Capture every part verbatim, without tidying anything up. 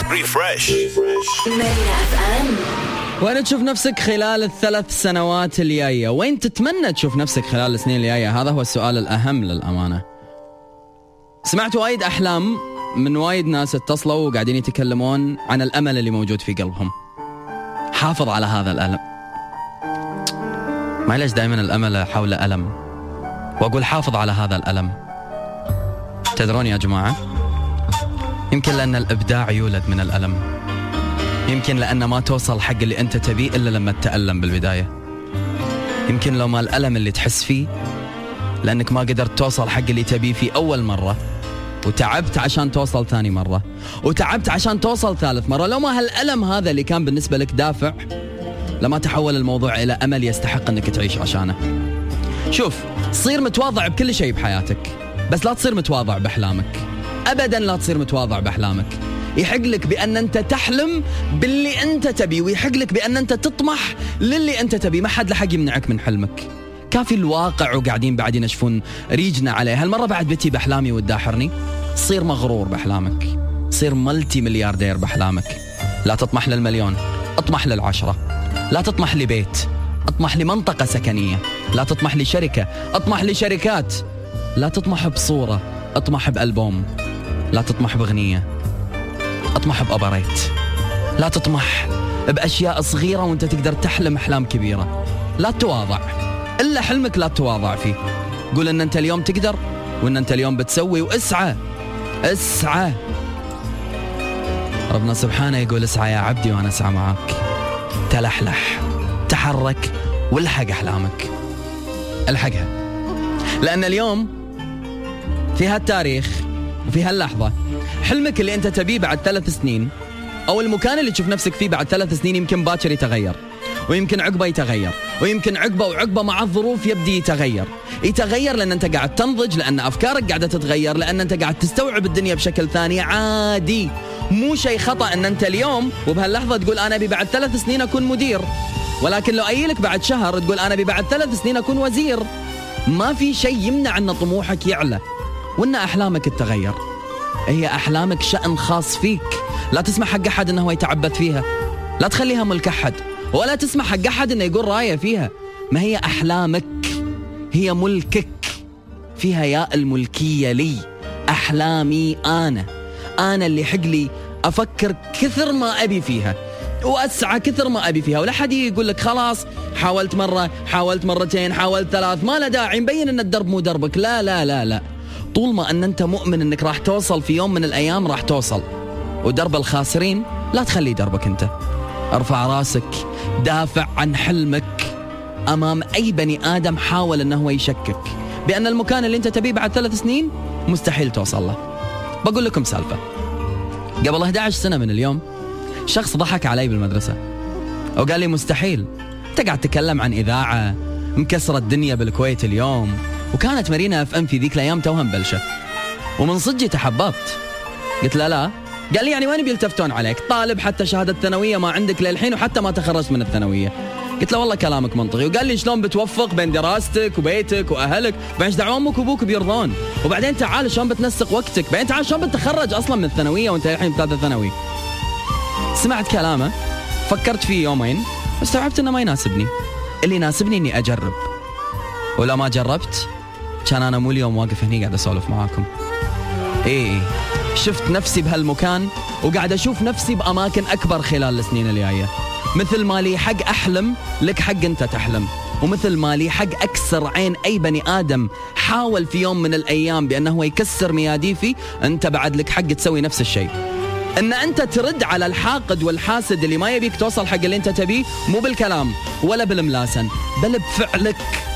ريفرش. وين تشوف نفسك خلال الثلاث سنوات الجاية؟ وين تتمنى تشوف نفسك خلال السنين الجاية؟ هذا هو السؤال الأهم للأمانة. سمعت وايد أحلام من وايد ناس اتصلوا وقاعدين يتكلمون عن الأمل اللي موجود في قلبهم. حافظ على هذا الألم. ما ليش دائما الأمل حول ألم، وأقول حافظ على هذا الألم. تدرون يا جماعة، يمكن لأن الإبداع يولد من الألم، يمكن لأن ما توصل حق اللي أنت تبيه إلا لما تتألم بالبداية، يمكن لو ما الألم اللي تحس فيه لأنك ما قدرت توصل حق اللي تبيه في أول مرة، وتعبت عشان توصل ثاني مرة، وتعبت عشان توصل ثالث مرة. لو ما هالألم هذا اللي كان بالنسبة لك دافع، لما تحول الموضوع إلى أمل يستحق أنك تعيش عشانه. شوف، صير متواضع بكل شيء بحياتك، بس لا تصير متواضع بأحلامك. أبدا لا تصير متواضع بأحلامك. يحق لك بأن أنت تحلم باللي أنت تبي، ويحق لك بأن أنت تطمح للي أنت تبي. ما حد لحق يمنعك من حلمك. كافي الواقع وقاعدين بعد ينشفون ريجنا عليه. هالمرة بعد بتي بأحلامي وتداحرني. صير مغرور بأحلامك، صير ملتي ملياردير بأحلامك. لا تطمح للمليون، اطمح للعشرة. لا تطمح لبيت، اطمح لمنطقة سكنية. لا تطمح لشركة، اطمح لشركات. لا تطمح بصورة، اطمح بألبوم. لا تطمح بغنية، اطمح بأبريت. لا تطمح بأشياء صغيرة وانت تقدر تحلم أحلام كبيرة. لا تواضع، إلا حلمك لا تواضع فيه. قول ان انت اليوم تقدر، وان انت اليوم بتسوي، واسعى اسعى. ربنا سبحانه يقول اسعى يا عبدي وانا اسعى معاك. تلحلح، تحرك، والحق أحلامك. الحقها، لأن اليوم في هالتاريخ وفي هاللحظة حلمك اللي أنت تبيه بعد ثلاث سنين، أو المكان اللي تشوف نفسك فيه بعد ثلاث سنين، يمكن باكر يتغير، ويمكن عقبه يتغير، ويمكن عقبه وعقبه مع الظروف يبدي يتغير. يتغير لأن أنت قاعد تنضج، لأن أفكارك قاعدة تتغير، لأن أنت قاعد تستوعب الدنيا بشكل ثاني. عادي، مو شيء خطأ أن أنت اليوم وبهاللحظة تقول أنا أبي بعد ثلاث سنين أكون مدير، ولكن لو أيلك بعد شهر تقول أنا أبي بعد ثلاث سنين أكون وزير. ما في شيء يمنع أن طموحك يعلى وأن أحلامك تتغير. هي أحلامك شأن خاص فيك. لا تسمح حق أحد أنه يتعبث فيها، لا تخليها ملك أحد، ولا تسمح حق أحد أنه يقول رأيه فيها. ما هي أحلامك، هي ملكك، فيها ياء الملكية لي. أحلامي أنا أنا اللي حق لي أفكر كثر ما أبي فيها، وأسعى كثر ما أبي فيها. ولا حد يقول لك خلاص حاولت مرة، حاولت مرتين، حاولت ثلاث، ما له داعي، مبين أن الدرب مو دربك. لا لا لا لا، طول ما أن أنت مؤمن أنك راح توصل في يوم من الأيام راح توصل. ودرب الخاسرين لا تخلي دربك أنت. ارفع راسك، دافع عن حلمك أمام أي بني آدم حاول أنه يشكك بأن المكان اللي أنت تبيه بعد ثلاث سنين مستحيل توصل له. بقول لكم سالفة. قبل إحدى عشرة سنة من اليوم شخص ضحك علي بالمدرسة وقال لي مستحيل، أنت قاعد تتكلم عن إذاعة مكسرة الدنيا بالكويت اليوم، وكانت مارينا اف ام في ذيك الأيام توها مبلشة. ومن صدقي تحبطت. قلت لا لا. قال لي يعني وين بيلتفتون عليك؟ طالب حتى شهادة ثانوية ما عندك للحين، وحتى ما تخرجت من الثانوية. قلت له والله كلامك منطقي. وقال لي شلون بتوفق بين دراستك وبيتك وأهلك؟ بعدين دعوة أمك وأبوك بيرضون، وبعدين تعال شلون بتنسق وقتك؟ بعدين تعال شلون بتخرج أصلا من الثانوية وأنت الحين بثالثة ثانوي؟ سمعت كلامه، فكرت فيه يومين، واستوعبت إنه ما يناسبني. اللي يناسبني إني أجرب، ولا ما جربت كان أنا مو اليوم واقف هني قاعد أسولف معاكم. إيه، شفت نفسي بهالمكان وقاعد أشوف نفسي بأماكن أكبر خلال السنين الجاية. مثل ما لي حق أحلم، لك حق أنت تحلم. ومثل ما لي حق أكسر عين أي بني آدم حاول في يوم من الأيام بأنه يكسر مياديفي، أنت بعد لك حق تسوي نفس الشيء. أن أنت ترد على الحاقد والحاسد اللي ما يبيك توصل حق اللي أنت تبيه، مو بالكلام ولا بالملاسن، بل بفعلك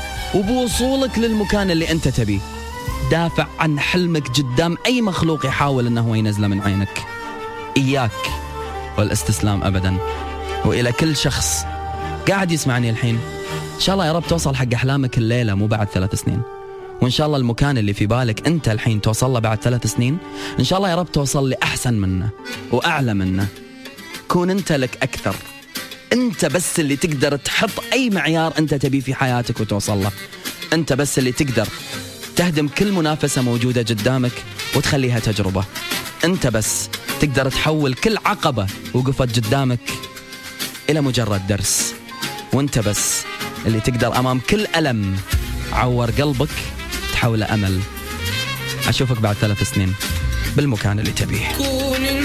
وبوصولك للمكان اللي أنت تبيه. دافع عن حلمك قدام أي مخلوق يحاول أنه ينزله من عينك. إياك والاستسلام أبدا. وإلى كل شخص قاعد يسمعني الحين، إن شاء الله يا رب توصل حق أحلامك الليلة مو بعد ثلاث سنين. وإن شاء الله المكان اللي في بالك أنت الحين توصل له بعد ثلاث سنين، إن شاء الله يا رب توصل لأحسن منه وأعلى منه. كون أنت لك أكثر. أنت بس اللي تقدر تحط أي معيار أنت تبي في حياتك وتوصل له. أنت بس اللي تقدر تهدم كل منافسة موجودة قدامك وتخليها تجربة. أنت بس تقدر تحول كل عقبة وقفت قدامك إلى مجرد درس، وانت بس اللي تقدر أمام كل ألم عور قلبك تحوله أمل. أشوفك بعد ثلاث سنين بالمكان اللي تبيه.